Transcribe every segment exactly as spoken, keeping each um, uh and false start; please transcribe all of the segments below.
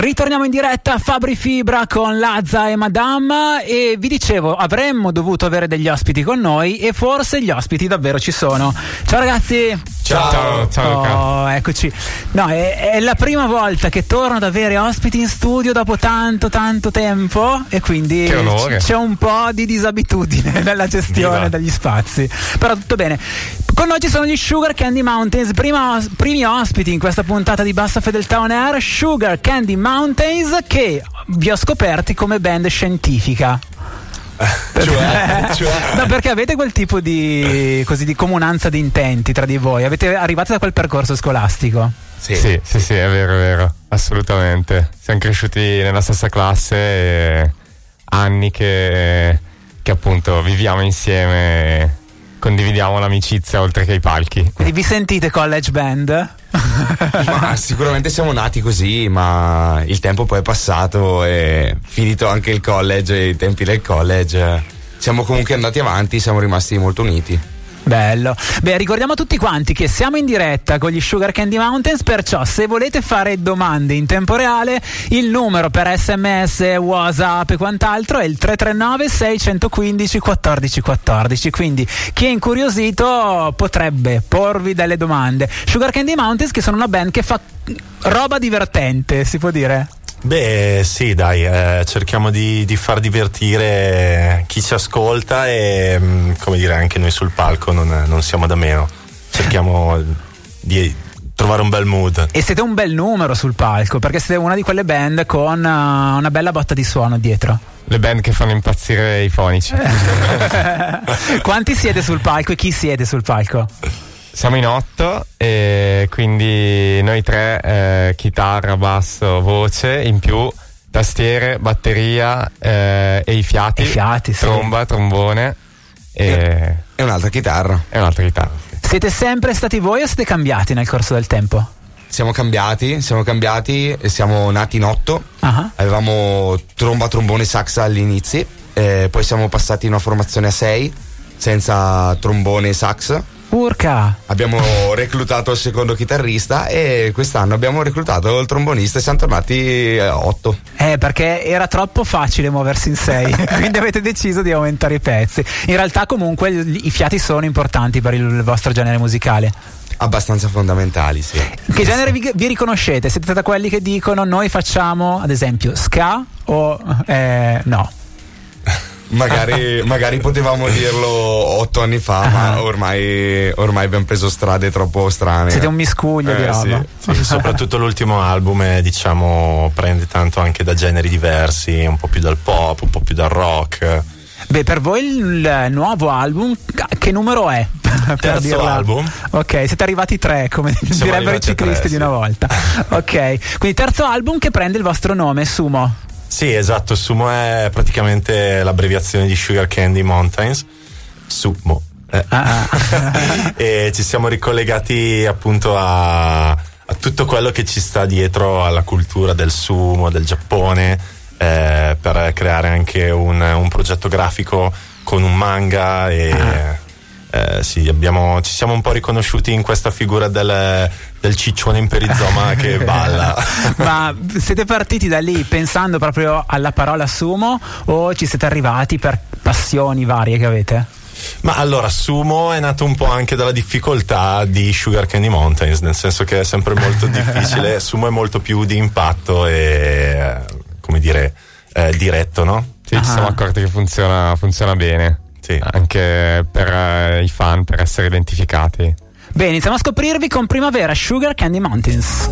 Ritorniamo in diretta a Fabri Fibra con Lazza e Madame e vi dicevo avremmo dovuto avere degli ospiti con noi e forse gli ospiti davvero ci sono. Ciao ragazzi. Ciao, ciao, ciao Luca. Oh, eccoci. No, è, è la prima volta che torno ad avere ospiti in studio dopo tanto tanto tempo e quindi c- c'è un po' di disabitudine nella gestione Viva. degli spazi. Però tutto bene. Con noi ci sono gli Sugar Candy Mountains, prima, primi ospiti in questa puntata di Bassa Fedeltà On Air, Sugar Candy Mountains, che vi ho scoperti come band scientifica. Cioè, cioè. No, perché avete quel tipo di così di comunanza di intenti tra di voi, avete arrivate da quel percorso scolastico. Sì, sì, sì, sì, è vero, è vero, assolutamente. Siamo cresciuti nella stessa classe e anni che, che appunto viviamo insieme, condividiamo l'amicizia oltre che i palchi. Quindi vi sentite college band? Ma sicuramente siamo nati così, ma il tempo poi è passato e finito anche il college e i tempi del college siamo comunque andati avanti, siamo rimasti molto uniti. Bello. Beh, ricordiamo a tutti quanti che siamo in diretta con gli Sugar Candy Mountains, perciò se volete fare domande in tempo reale il numero per sms, whatsapp e quant'altro è il tre tre nove sei uno cinque uno quattro uno quattro, quindi chi è incuriosito potrebbe porvi delle domande. Sugar Candy Mountains, che sono una band che fa roba divertente, si può dire? Beh sì, dai, eh, cerchiamo di, di far divertire chi ci ascolta e come dire anche noi sul palco non, non siamo da meno, cerchiamo di trovare un bel mood. E siete un bel numero sul palco, perché siete una di quelle band con uh, una bella botta di suono dietro. Le band che fanno impazzire i fonici. Quanti siete sul palco e chi siete sul palco? Siamo in otto e quindi noi tre, eh, chitarra, basso, voce, in più tastiere, batteria eh, e i fiati, I fiati sì. tromba, trombone e, e, e un'altra chitarra. E un'altra chitarra. Sì. Siete sempre stati voi o siete cambiati nel corso del tempo? Siamo cambiati, siamo cambiati e siamo nati in otto. Uh-huh. Avevamo tromba, trombone, sax agli inizi, e poi siamo passati in una formazione a sei senza trombone e sax. Urca. Abbiamo reclutato il secondo chitarrista e quest'anno abbiamo reclutato il trombonista e siamo tornati a otto. Eh, perché era troppo facile muoversi in sei, quindi avete deciso di aumentare i pezzi. In realtà comunque i fiati sono importanti per il vostro genere musicale. Abbastanza fondamentali, sì. Che genere vi, vi riconoscete? Siete da quelli che dicono noi facciamo ad esempio ska o eh, no? Magari, magari potevamo dirlo otto anni fa, ma ormai, ormai abbiamo preso strade troppo strane. Siete un miscuglio eh, di roba. Sì, sì, soprattutto l'ultimo album è, diciamo, prende tanto anche da generi diversi, un po' più dal pop, un po' più dal rock. Beh, per voi il nuovo album che numero è? Terzo album. Ok, siete arrivati tre, come Siamo direbbero i ciclisti tre, di una volta. Ok, quindi terzo album che prende il vostro nome, Sumo. Sì, esatto, Sumo è praticamente l'abbreviazione di Sugar Candy Mountains. Sumo. Eh. Ah. E ci siamo ricollegati appunto a, a tutto quello che ci sta dietro alla cultura del sumo, del Giappone, eh, per creare anche un, un progetto grafico con un manga e ah. eh, sì, abbiamo, ci siamo un po' riconosciuti in questa figura del del ciccione in perizoma che balla. Ma siete partiti da lì pensando proprio alla parola sumo o ci siete arrivati per passioni varie che avete? Ma allora, Sumo è nato un po' anche dalla difficoltà di Sugar Candy Mountains, nel senso che è sempre molto difficile. Sumo è molto più di impatto e come dire eh, diretto, no? Sì, uh-huh. Ci siamo accorti che funziona, funziona bene, sì. Anche per eh, i fan, per essere identificati. Bene, iniziamo a scoprirvi con Primavera, Sugar Candy Mountains.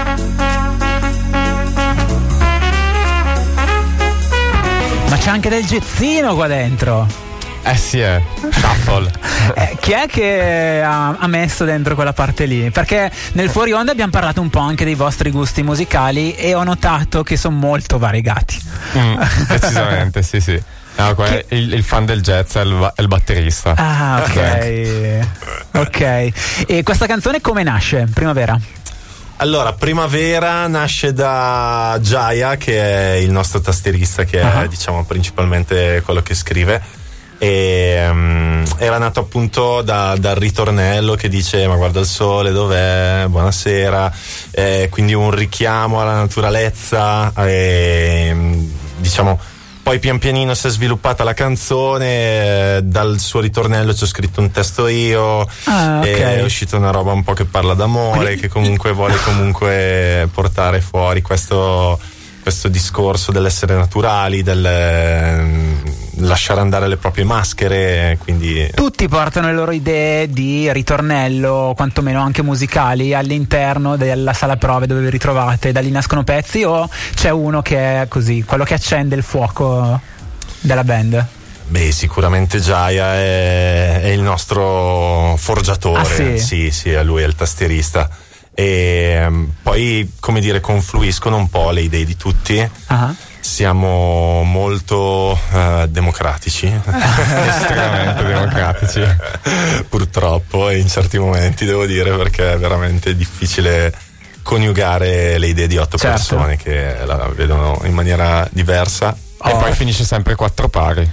Ma c'è anche del jazzino qua dentro. Eh sì, è shuffle. eh, chi è che ha, ha messo dentro quella parte lì? Perché nel fuori onda abbiamo parlato un po' anche dei vostri gusti musicali e ho notato che sono molto variegati. Mm, decisamente, sì sì. No, qua che... il, il fan del jazz è il, è il batterista. Ah, ok. Ok. E questa canzone come nasce? Primavera? Allora, Primavera nasce da Jaya, che è il nostro tastierista, che uh-huh. è diciamo principalmente quello che scrive. e um, era nato appunto da, dal ritornello che dice ma guarda il sole dov'è, buonasera, eh, quindi un richiamo alla naturalezza, e, diciamo poi pian pianino si è sviluppata la canzone, eh, dal suo ritornello ci ho scritto un testo io, ah, okay. e è uscita una roba un po' che parla d'amore, che comunque vuole comunque portare fuori questo, questo discorso dell'essere naturali, del eh, lasciare andare le proprie maschere, quindi tutti portano le loro idee di ritornello, quantomeno anche musicali, all'interno della sala prove dove vi ritrovate, da lì nascono pezzi, o c'è uno che è così, quello che accende il fuoco della band? Beh, sicuramente Giaia è, è il nostro forgiatore. Ah, sì? Sì, sì, lui è il tastierista. E um, poi, come dire, confluiscono un po' le idee di tutti. Uh-huh. Siamo molto uh, democratici, estremamente democratici, purtroppo, in certi momenti devo dire, perché è veramente difficile coniugare le idee di otto certo. persone che la vedono in maniera diversa. E oh. poi finisce sempre quattro pari.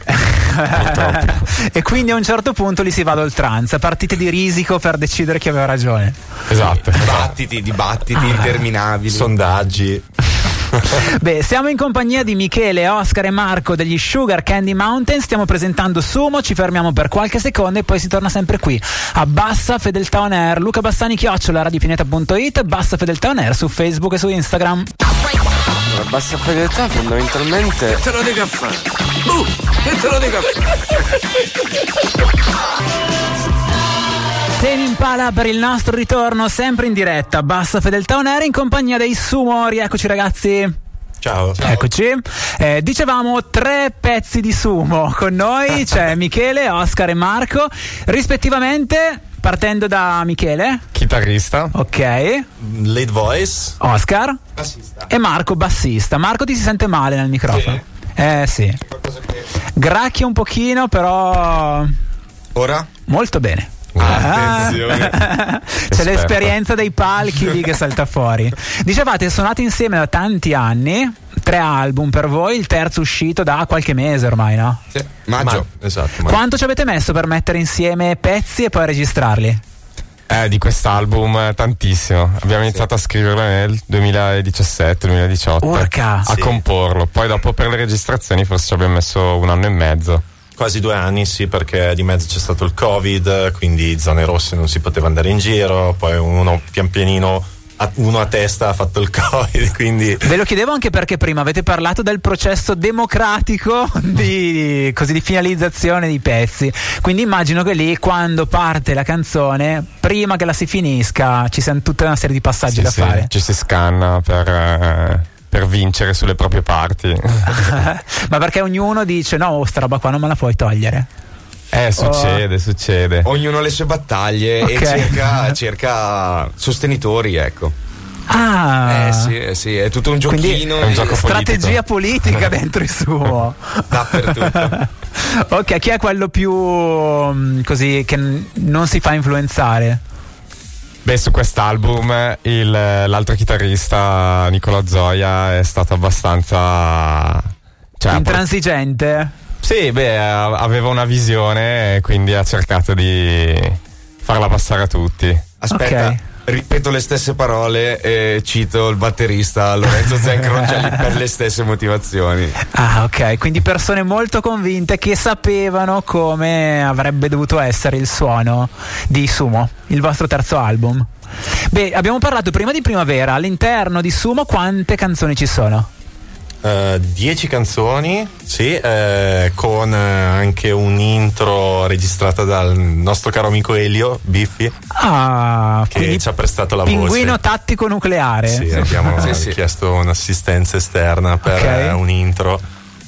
E quindi a un certo punto li si va ad oltranza, partite di risico per decidere chi aveva ragione. Esatto. Dibattiti, dibattiti ah. interminabili, sondaggi. Beh, siamo in compagnia di Michele, Oscar e Marco degli Sugar Candy Mountain. Stiamo presentando Sumo, ci fermiamo per qualche secondo e poi si torna sempre qui a Bassa Fedeltà On Air. Luca Bassani chiocciola radiopineta punto it, Bassa Fedeltà On Air su Facebook e su Instagram. La bassa fedeltà fondamentalmente che te lo dica a fare? Uh, che te lo dica a fare? Tame Impala per il nostro ritorno sempre in diretta, Bassa Fedeltà On Air in compagnia dei Sumo. Rieccoci ragazzi. Ciao. Ciao. Eccoci. Eh, dicevamo tre pezzi di Sumo con noi, c'è Michele, Oscar e Marco, rispettivamente, partendo da Michele. Chitarrista. Ok. Lead voice. Oscar. Bassista. E Marco, bassista. Marco, ti si sente male nel microfono? Sì. Eh sì. Che... Gracchia un pochino, però... Ora? Molto bene. Ah, c'è l'esperienza dei palchi lì che salta fuori. Dicevate suonate insieme da tanti anni, tre album per voi, il terzo uscito da qualche mese ormai, no? Sì, maggio. Ma, esatto, maggio. Quanto ci avete messo per mettere insieme pezzi e poi registrarli? Eh, di quest'album tantissimo. Abbiamo iniziato sì. a scriverlo nel duemiladiciassette duemiladiciotto. Urca. A sì. comporlo. Poi dopo per le registrazioni forse ci abbiamo messo un anno e mezzo. Quasi due anni, sì, perché di mezzo c'è stato il Covid, quindi zone rosse non si poteva andare in giro, poi uno pian pianino, uno a testa ha fatto il Covid, quindi... Ve lo chiedevo anche perché prima avete parlato del processo democratico di, così, di finalizzazione di pezzi, quindi immagino che lì quando parte la canzone, prima che la si finisca, ci siano tutta una serie di passaggi sì, da sì, fare. Ci si scanna per... Eh... per vincere sulle proprie parti. Ma perché ognuno dice no, oh, sta roba qua non me la puoi togliere. Eh, succede, oh. succede. Ognuno ha le sue battaglie, okay. e cerca, cerca sostenitori, ecco. Ah, eh sì, eh sì, è tutto un giochino. Quindi è un di... gioco strategia politica dentro il suo. Dappertutto. Ok, chi è quello più così che non si fa influenzare? Beh, su quest'album il, l'altro chitarrista Nicola Zoia è stato abbastanza, cioè, intransigente. Sì, beh, aveva una visione e quindi ha cercato di farla passare a tutti. Aspetta, okay. Ripeto le stesse parole e cito il batterista Lorenzo Zancroncelli per le stesse motivazioni. Ah, ok, quindi persone molto convinte che sapevano come avrebbe dovuto essere il suono di Sumo, il vostro terzo album. Beh, abbiamo parlato prima di Primavera. All'interno di Sumo quante canzoni ci sono? Uh, dieci canzoni, sì, eh, con anche un intro registrata dal nostro caro amico Elio Biffi, ah, che ci ha prestato la pinguino voce. Pinguino tattico nucleare. Sì, abbiamo sì, sì. chiesto un'assistenza esterna per okay. un intro.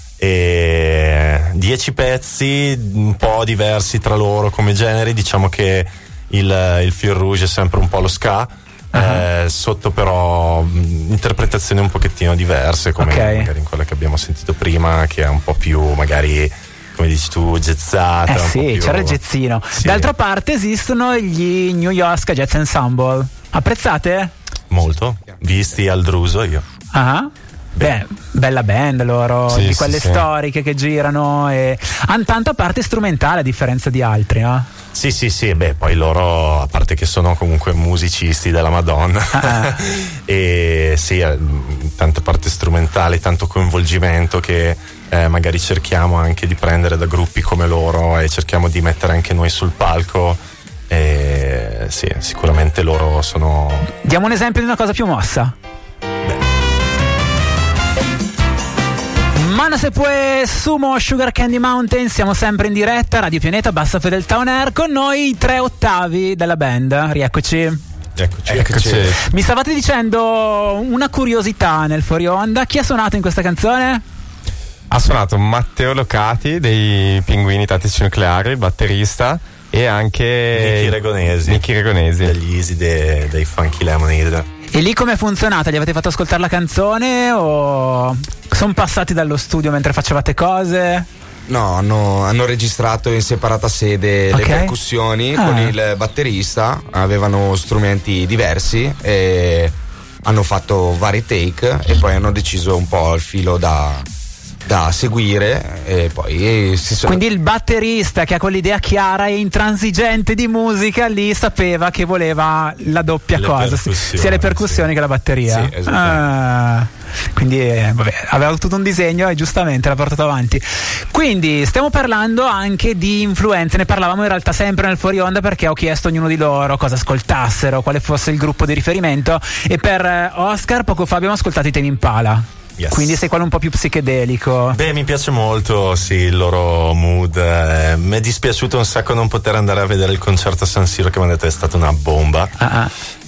E dieci pezzi, un po' diversi tra loro come generi. Diciamo che il, il fil rouge è sempre un po' lo ska. Uh-huh. Eh, sotto però mh, interpretazioni un pochettino diverse, come okay. magari in quella che abbiamo sentito prima, che è un po' più magari, come dici tu, jazzata. Eh un sì, po' più... c'era il jazzino. Sì. D'altra parte esistono gli New York Jazz Ensemble. Apprezzate? Molto, visti al Druso io. Ah. Beh, bella band loro, sì, di quelle sì, storiche sì. che girano e hanno tanta parte strumentale a differenza di altri, no? Sì, sì, sì, beh, poi loro, a parte che sono comunque musicisti della Madonna, ah. e sì, tanta parte strumentale, tanto coinvolgimento che eh, magari cerchiamo anche di prendere da gruppi come loro e cerchiamo di mettere anche noi sul palco. E sì, sicuramente loro sono... Diamo un esempio di una cosa più mossa. Beh. Mana se puoi, Sumo Sugar Candy Mountain, siamo sempre in diretta, Radio Pianeta, Bassa Fedeltà On Air, con noi i tre ottavi della band, rieccoci. Eccoci, eccoci. eccoci. Mi stavate dicendo una curiosità nel fuori onda, chi ha suonato in questa canzone? Ha suonato Matteo Locati dei Pinguini Tattici Nucleari, il batterista, e anche Nicky Regonesi, Nicky Regonesi. degli Easy de, dei Funky Lemonade. E lì come è funzionata? Gli avete fatto ascoltare la canzone o sono passati dallo studio mentre facevate cose? No, hanno, hanno registrato in separata sede okay. le percussioni ah. con il batterista, avevano strumenti diversi e hanno fatto vari take e poi hanno deciso un po' il filo da... da seguire e poi e si sono... Quindi il batterista che ha quell'idea chiara e intransigente di musica lì sapeva che voleva la doppia le cosa, sia le percussioni sì. che la batteria. Sì, ah, quindi eh, vabbè, aveva tutto un disegno e giustamente l'ha portato avanti. Quindi stiamo parlando anche di influenze, ne parlavamo in realtà sempre nel fuori onda perché ho chiesto a ognuno di loro cosa ascoltassero, quale fosse il gruppo di riferimento e per Oscar poco fa abbiamo ascoltato i Tame Impala. Yes. Quindi sei quello un po' più psichedelico. Beh, mi piace molto, sì, il loro mood. Eh, mi è dispiaciuto un sacco non poter andare a vedere il concerto a San Siro, che mi hanno detto è stata una bomba. Ah, ah.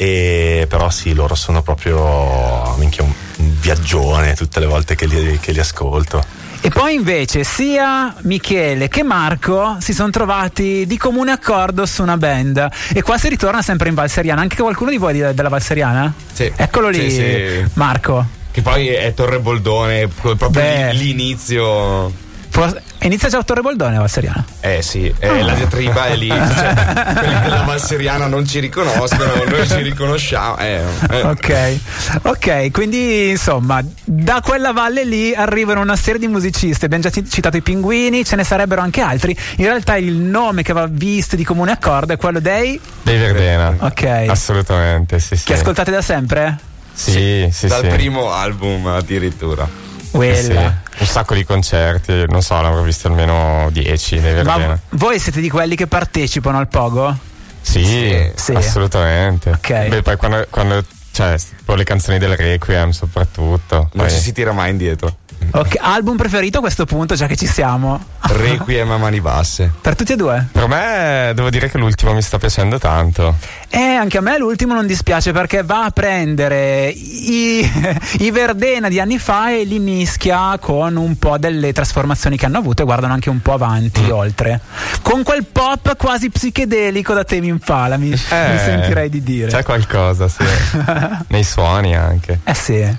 E però sì, loro sono proprio minchia, un, un viaggione tutte le volte che li, che li ascolto. E poi invece sia Michele che Marco si sono trovati di comune accordo su una band e qua si ritorna sempre in Val Seriana. Anche qualcuno di voi della Val Seriana? Sì. Eccolo lì, sì, sì. Marco. Che poi è Torre Boldone, proprio Beh, l'inizio. For- inizia già a Torre Boldone, Valseriana? Eh sì, eh, oh. la diatriba è lì. Cioè, quelli della Valseriana non ci riconoscono, noi ci riconosciamo. Eh, eh. Ok, ok, quindi insomma, da quella valle lì arrivano una serie di musicisti. Abbiamo già citato i Pinguini, ce ne sarebbero anche altri. In realtà il nome che va visto di comune accordo è quello dei dei Verdena. Ok, assolutamente, sì, sì. Che ascoltate da sempre? Sì, sì, sì, dal sì. primo album addirittura. Quella. Sì, un sacco di concerti, non so, ne avrò visti almeno dieci. Ma voi siete di quelli che partecipano al Pogo? Sì, sì, sì. Assolutamente. Ok. Beh, poi quando, quando cioè, poi le canzoni del Requiem soprattutto. Non poi... ci si tira mai indietro. Ok, album preferito a questo punto, già che ci siamo? Requiem a mani basse. Per tutti e due? Per me devo dire che l'ultimo mi sta piacendo tanto. Eh, anche a me l'ultimo non dispiace perché va a prendere i, i Verdena di anni fa e li mischia con un po' delle trasformazioni che hanno avuto e guardano anche un po' avanti, mm. oltre. Con quel pop quasi psichedelico da Tame Impala, mi, eh, mi sentirei di dire. C'è qualcosa, sì. Nei suoni anche. Eh sì.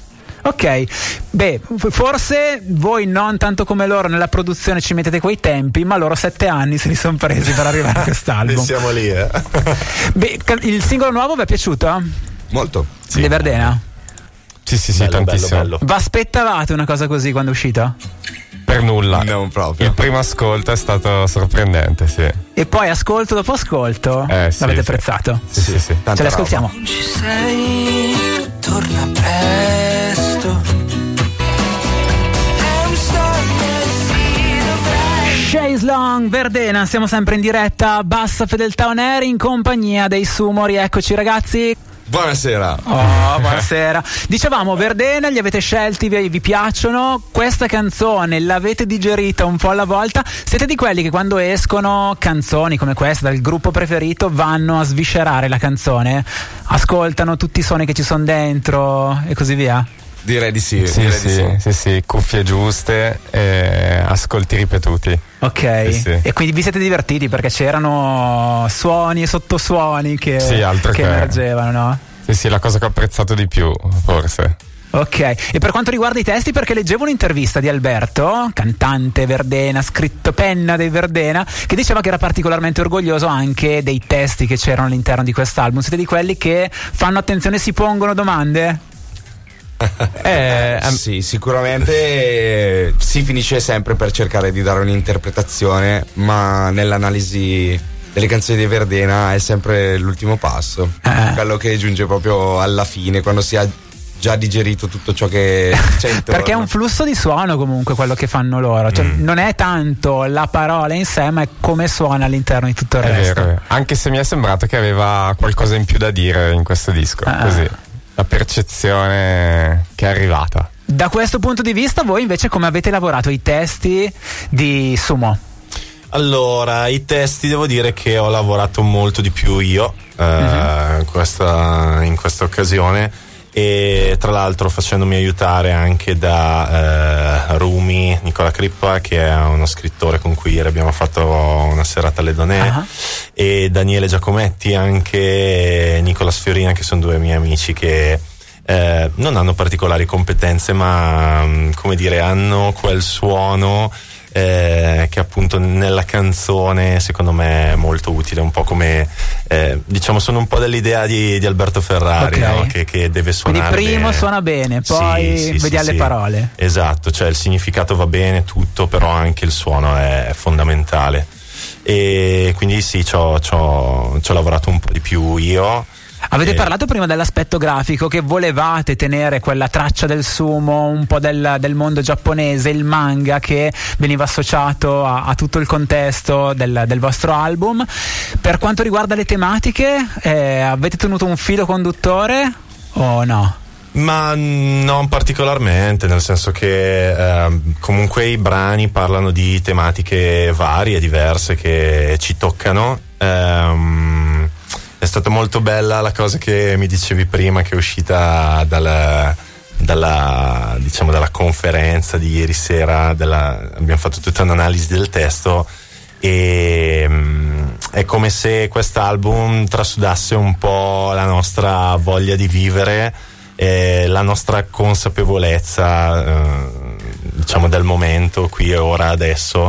Ok, beh, forse voi non tanto come loro nella produzione ci mettete quei tempi, ma loro sette anni se li sono presi per arrivare a quest'album. E siamo lì, eh. Beh, il singolo nuovo vi è piaciuto? Molto. Sì. De Verdena? Sì, sì, sì, bello, tantissimo. Bello, bello. V'aspettavate una cosa così quando è uscita? Per nulla. Non proprio. Il primo ascolto è stato sorprendente, sì. E poi ascolto dopo ascolto eh, sì, l'avete sì. apprezzato? Sì, sì, sì. Ce l'ascoltiamo. Non ci sei, torna presto. Chase Long, Verdena, siamo sempre in diretta, Bassa Fedeltà On Air in compagnia dei Sumo. Rieccoci ragazzi. Buonasera. Oh, buonasera. Dicevamo, Verdena, li avete scelti, vi, vi piacciono? Questa canzone l'avete digerita un po' alla volta? Siete di quelli che quando escono canzoni come questa dal gruppo preferito vanno a sviscerare la canzone? Ascoltano tutti i suoni che ci sono dentro e così via? Direi di sì. Sì, direi sì, di sì. sì, sì, cuffie giuste e ascolti ripetuti. Ok, sì, sì. E quindi vi siete divertiti perché c'erano suoni e sottosuoni che, sì, altro che che emergevano, no? Sì, sì, la cosa che ho apprezzato di più, forse. Ok, e per quanto riguarda i testi, perché leggevo un'intervista di Alberto, cantante Verdena, scritto penna dei Verdena, che diceva che era particolarmente orgoglioso anche dei testi che c'erano all'interno di quest'album. Siete di quelli che fanno attenzione e si pongono domande? eh, um, sì, sicuramente si finisce sempre per cercare di dare un'interpretazione, ma nell'analisi delle canzoni di Verdena è sempre l'ultimo passo, eh. quello che giunge proprio alla fine, quando si ha già digerito tutto ciò che c'è intorno. Perché è un flusso di suono comunque quello che fanno loro, cioè mm. non è tanto la parola in sé, ma è come suona all'interno di tutto il è resto. Vero, anche se mi è sembrato che aveva qualcosa in più da dire in questo disco, ah. così la percezione che è arrivata. Da questo punto di vista voi invece come avete lavorato i testi di Sumo? Allora, i testi devo dire che ho lavorato molto di più io eh, mm-hmm. questa, in questa occasione, e tra l'altro facendomi aiutare anche da eh, Rumi, Nicola Crippa, che è uno scrittore con cui ieri abbiamo fatto una serata alle Donè, uh-huh. e Daniele Giacometti, anche Nicola Sfiorina, che sono due miei amici che eh, non hanno particolari competenze, ma come dire, hanno quel suono Eh, che appunto nella canzone secondo me è molto utile, un po' come eh, diciamo sono un po' dell'idea di, di Alberto Ferrari, okay. no? che, che deve suonare. Quindi primo suona bene, poi sì, sì, vediamo sì, le sì. parole. Esatto, cioè il significato va bene tutto, però anche il suono è fondamentale, e quindi sì, ci ho lavorato un po' di più io. Avete eh. parlato prima dell'aspetto grafico, che volevate tenere quella traccia del sumo, un po' del, del mondo giapponese, il manga che veniva associato a, a tutto il contesto del, del vostro album. Per quanto riguarda le tematiche, eh, avete tenuto un filo conduttore o no? Ma non particolarmente, nel senso che eh, comunque i brani parlano di tematiche varie, diverse, che ci toccano. Ehm, È stata molto bella la cosa che mi dicevi prima, che è uscita dalla, dalla, diciamo, dalla conferenza di ieri sera, della, abbiamo fatto tutta un'analisi del testo, e um, è come se quest'album trasudasse un po' la nostra voglia di vivere, e la nostra consapevolezza eh, diciamo del momento, qui e ora, adesso,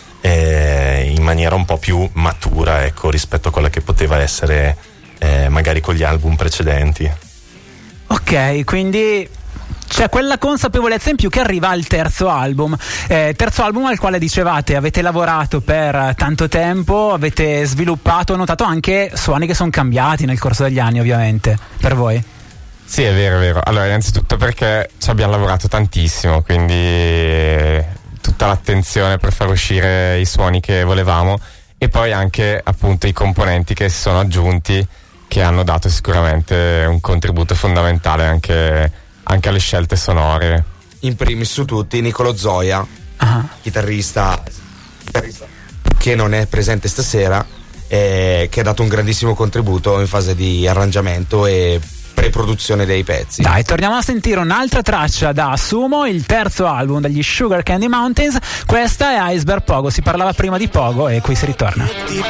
Eh, in maniera un po' più matura, ecco, rispetto a quella che poteva essere eh, magari con gli album precedenti. Ok, quindi c'è quella consapevolezza in più che arriva al terzo album, eh, terzo album al quale dicevate avete lavorato per tanto tempo, avete sviluppato, ho notato anche suoni che sono cambiati nel corso degli anni, ovviamente, per voi. Sì, è vero, è vero. Allora, innanzitutto perché ci abbiamo lavorato tantissimo, quindi tutta l'attenzione per far uscire i suoni che volevamo, e poi anche appunto i componenti che si sono aggiunti, che hanno dato sicuramente un contributo fondamentale anche, anche alle scelte sonore. In primis su tutti Nicolo Zoia, uh-huh. chitarrista, chitarrista che non è presente stasera, eh, che ha dato un grandissimo contributo in fase di arrangiamento e preproduzione dei pezzi. Dai, torniamo a sentire un'altra traccia da Sumo, il terzo album degli Sugar Candy Mountains. Questa è Iceberg Pogo. Si parlava prima di Pogo e qui si ritorna.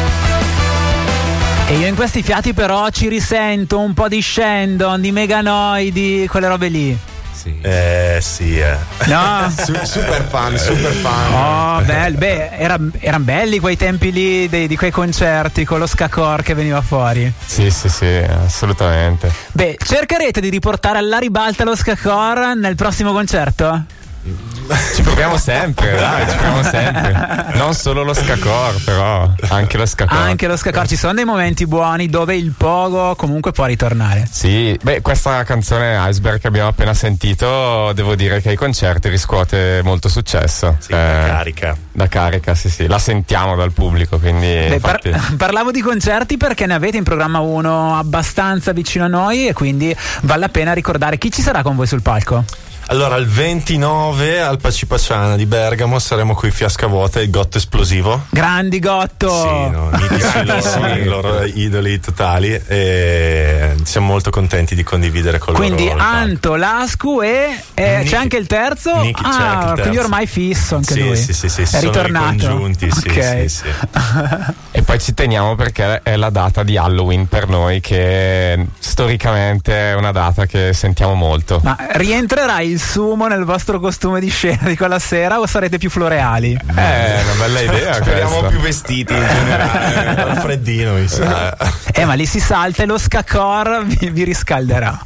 E io in questi fiati però ci risento un po' di Shandon, di Meganoidi, quelle robe lì. Sì. Eh sì, eh. No? super fan, super fan. Oh, belli. Beh, era, erano belli quei tempi lì dei, di quei concerti con lo ska-core che veniva fuori. Sì, sì, sì, assolutamente. Beh, cercherete di riportare alla ribalta lo ska-core nel prossimo concerto? Ci proviamo sempre, dai, ci proviamo sempre. Non solo lo ska-core, però anche lo ska-core. Anche lo ska-core, ci sono dei momenti buoni dove il pogo comunque può ritornare. Sì, beh, questa canzone Iceberg che abbiamo appena sentito, devo dire che ai concerti riscuote molto successo. Sì, eh, da carica. Da carica, sì, sì, la sentiamo dal pubblico, quindi beh, infatti... par- parlavo di concerti perché ne avete in programma uno abbastanza vicino a noi, e quindi vale la pena ricordare chi ci sarà con voi sul palco. Allora, il ventinove al Pacipaciana di Bergamo saremo qui Fiasca Vuota, il Gotto Esplosivo. Grandi Gotto! Sì, no, mitici loro, i loro idoli totali, e siamo molto contenti di condividere con quindi loro. Quindi Anto, Lascu e eh, Nick, c'è anche il terzo? Nick, ah, c'è anche il terzo. Quindi ormai fisso anche sì, lui. Sì, sì, sì, è sono ritornato. Congiunti, okay. sì, sì, sì. E poi ci teniamo perché è la data di Halloween per noi, che storicamente è una data che sentiamo molto. Ma rientrerà il Sumo nel vostro costume di scena di quella sera o sarete più floreali? Eh, è una bella idea. Speriamo questa. più vestiti in generale. Al freddino, mi sa. Eh, ma lì si salta e lo ska-core vi, vi riscalderà.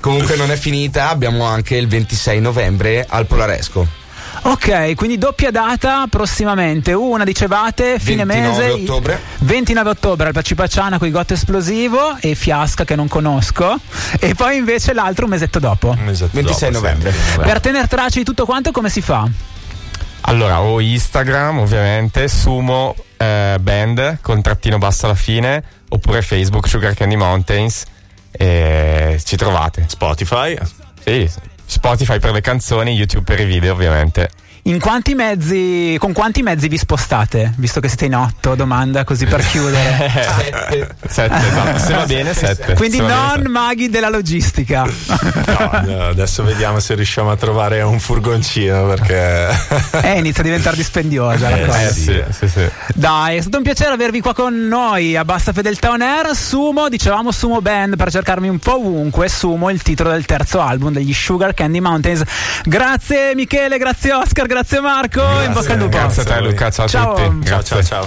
comunque non è finita, abbiamo anche il ventisei novembre al Polaresco. Ok, quindi doppia data prossimamente. Una dicevate fine ventinove mese ottobre. ventinove ottobre al Pacipacciana con i Gotto Esplosivo e Fiasca che non conosco, e poi invece l'altro un mesetto dopo, un mesetto ventisei dopo, novembre. Sì. Per tenere traccia di tutto quanto come si fa? Allora, o Instagram ovviamente, Sumo eh, Band con trattino basso alla fine, oppure Facebook Sugar Candy Mountains, e ci trovate. Spotify? Sì, Spotify per le canzoni, YouTube per i video ovviamente. In quanti mezzi, con quanti mezzi vi spostate? Visto che siete in otto, domanda così per chiudere. Sette. Sette, esatto. Se va bene, sette. Quindi se non maghi della logistica. No, no, adesso vediamo se riusciamo a trovare un furgoncino, perché eh, inizia a diventare dispendiosa la eh, cosa. Eh, sì, sì, sì. Dai, è stato un piacere avervi qua con noi a Bassa Fedeltà On Air. Sumo, dicevamo Sumo Band per cercarmi un po' ovunque. Sumo, il titolo del terzo album degli Sugar Candy Mountains. Grazie Michele, grazie Oscar, grazie Marco, grazie, in bocca al lupo. Grazie a te Luca, ciao, ciao a tutti. Ciao, ciao, ciao.